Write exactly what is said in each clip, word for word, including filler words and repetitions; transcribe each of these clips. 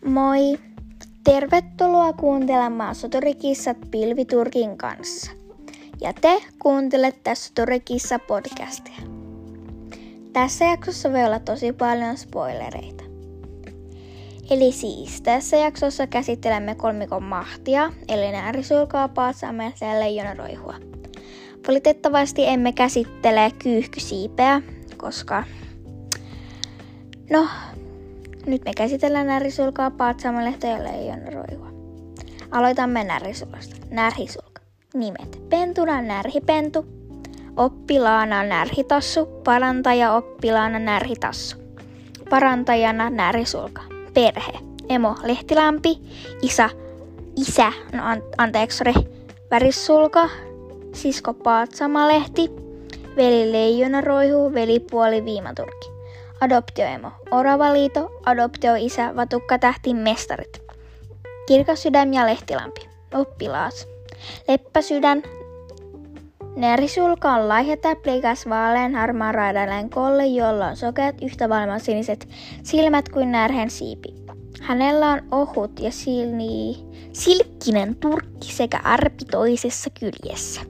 Moi! Tervetuloa kuuntelemaan Soturikissat Pilviturkin kanssa. Ja te kuuntelette Soturikissa podcastia. Tässä jaksossa voi olla tosi paljon spoilereita. Eli siis tässä jaksossa käsittelemme kolmikon mahtia, eli Näärisulkaa, Paatsamelta ja Leijonaroihua. Valitettavasti emme käsittele Kyyhkysiipeä, koska no, nyt me käsitellään Näärisulkaa, Paatsamelta ja Leijonaroihua. Aloitamme Näärisulasta. Närhisulka. Nimet. Pentuna Närhipentu. Oppilaana Närhitassu. Parantaja oppilaana Närhitassu. Parantajana Näärisulka. Perhe. Emo Lehtilampi. Isä. Isä. No an, anteeksi, sori. Värissulka. Sisko Paatsamalehti. Veli Leijonaroihu. Velipuoli Viimaturkki. Adoptioemo. Oravaliito. Adoptioisä. Vatukkatähti Mestarit. Kirkassydän ja Lehtilampi. Oppilaat. Leppäsydän. Näärisulka on laihetäplikäs vaalean harmaan raidalleen kolle, jolla on sokeat yhtä vaaleansiniset silmät kuin närhen siipi. Hänellä on ohut ja silni, silkkinen turkki sekä arpi toisessa kyljessä.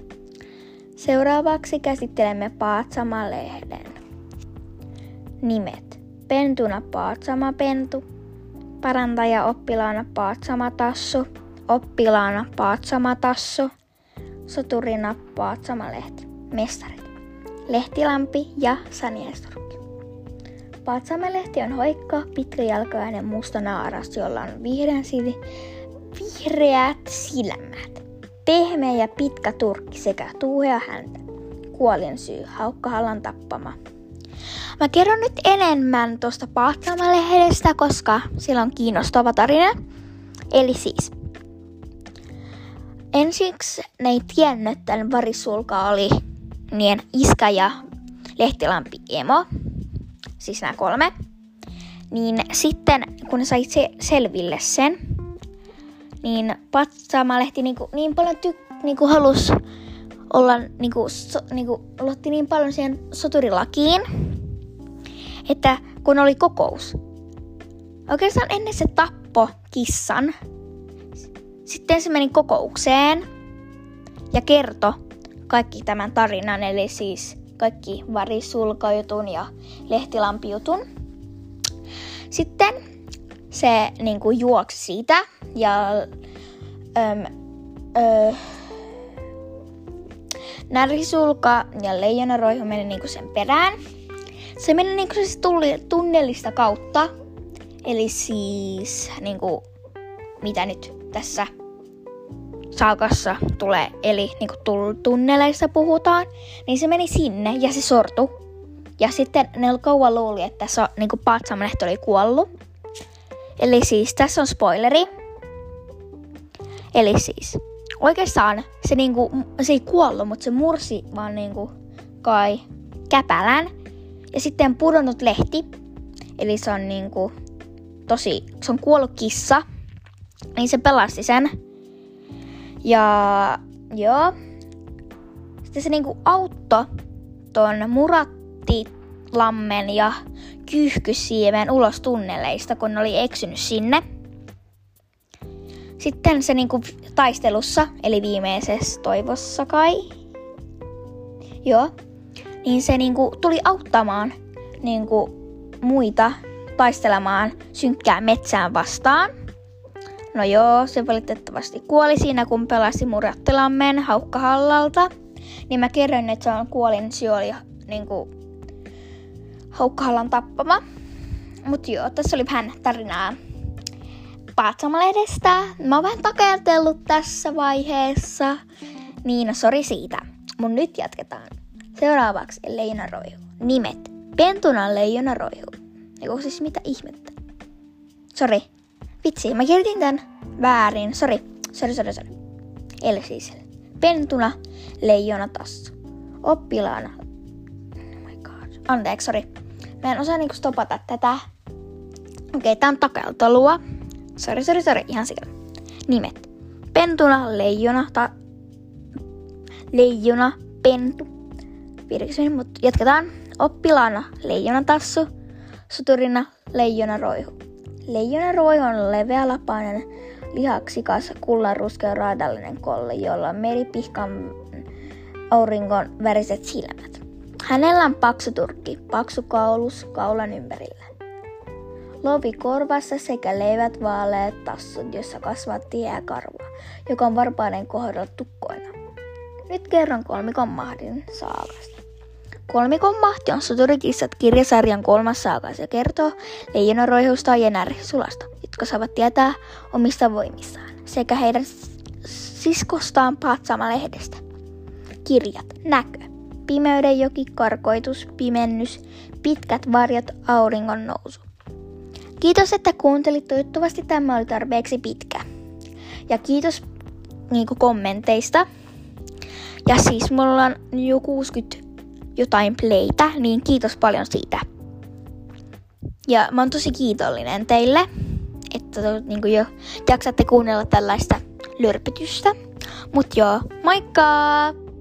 Seuraavaksi käsittelemme Paatsamalehden. Nimet. Pentuna Paatsamapentu. Parantaja oppilaana Paatsamatassu. Oppilaana Paatsamatassu. Soturina Paatsamalehti. Mestarit. Lehtilampi ja Saniaisturkki. Paatsamalehti on hoikka, pitkäjalkainen musta naaras, jolla on vihreän sili, vihreät silmät. Pehmeä ja pitkä turkki sekä tuuhea häntä. Kuolinsyy, Haukkahallan tappama. Mä kerron nyt enemmän tuosta Paatsamalehdestä, koska sillä on kiinnostava tarina. Eli siis. Ensiksi ne ei tiennyt, että tämän Värissulka oli niin iskä ja Lehtilampi emo. Siis nämä kolme. Niin sitten, kun ne sai se- selville sen, niin Paatsamalehti niinku, niin paljon ty- niinku halusi olla, niinku, so, niinku, luotti niin paljon siihen soturilakiin, että kun oli kokous, oikeastaan ennen se tappo kissan, sitten se meni kokoukseen ja kertoi kaikki tämän tarinan, eli siis kaikki Värissulka-jutun ja Lehtilampi-jutun. Sitten se niinku juoksi siitä ja öm, ö, Näärisulka ja Leijonaroihu meni niinku sen perään. Se meni niinku siis tunnelista kautta, eli siis niinku mitä nyt tässä saakassa tulee, eli niinku tunneleissa puhutaan, niin se meni sinne ja se sortui. Ja sitten ne kauan luuli, että se, niinku Paatsamalehti oli kuollut. Eli siis tässä on spoileri. Eli siis oikeastaan se, niinku, se ei kuollut, mutta se mursi vaan niinku kai käpälän. Ja sitten pudonnut lehti. Eli se on niinku tosi, se on kuollut kissa. Niin se pelasti sen. Ja joo. Sitten se niinku auttoi ton Murattilammen ja Kyyhkysiemen ulos tunneleista, kun ne oli eksynyt sinne. Sitten se niinku taistelussa, eli viimeisessä toivossa kai. Joo. Niin se niinku tuli auttamaan niinku muita taistelemaan synkkää metsään vastaan. No joo, se valitettavasti kuoli siinä, kun pelasi Murattilammen Haukkahallalta. Niin mä kerron, että se on kuolin syy oli niinku Haukkahallan tappama. Mut joo, tässä oli vähän tarinaa Paatsamalehdestä. Mä oon vähän takertellut tässä vaiheessa. Niin, no sori siitä. Mut nyt jatketaan. Seuraavaksi Leijonaroihu. Nimet. Pentuna Leijonaroihu. Eiku siis mitä ihmettä. Sori. Vitsi, mä kirjoitin tän väärin. Sori, sori, sori, sori. Eli siis Pentuna Leijonatassu. Oppilaana. Oh my god. Anteeksi, sori. Mä en osaa niinku stopata tätä. Okei, okay, tää on takeltelua. Sori, sori, sori. Ihan sikana. Nimet. Pentuna Leijona. Ta- Leijona. Pentu. Virkeys, mutta jatketaan. Oppilaana Leijonatassu. Soturina Leijonaroihu. Leijonaruoho on leveälapainen, lihaksikas, kullanruskea raadallinen kolli, jolla on meripihkan auringon väriset silmät. Hänellä on paksu turkki, paksu kaulus kaulan ympärillä. Lovi korvassa sekä leivät vaaleat tassut, jossa kasvaa tiheä karva, joka on varpaiden kohdalla tukkoina. Nyt kerron kolmikon mahdin saakasta. Kolmikon mahti on Soturikissat kirjasarjan kolmas saaga. Se kertoo leijonaruohosta ja närhisulasta, jotka saavat tietää omista voimissaan, sekä heidän siskostaan Paatsama-lehdestä. Kirjat: näkö, pimeyden joki, karkoitus, pimennys, pitkät varjot, auringon nousu. Kiitos, että kuuntelit. Toivottavasti tämä oli tarpeeksi pitkä. Ja kiitos niinku kommenteista. Ja siis mulla on jo kuusikymmentä jotain playtä, niin kiitos paljon siitä. Ja mä oon tosi kiitollinen teille, että niinku jo jaksatte kuunnella tällaista lörpytystä. Mut joo, moikka!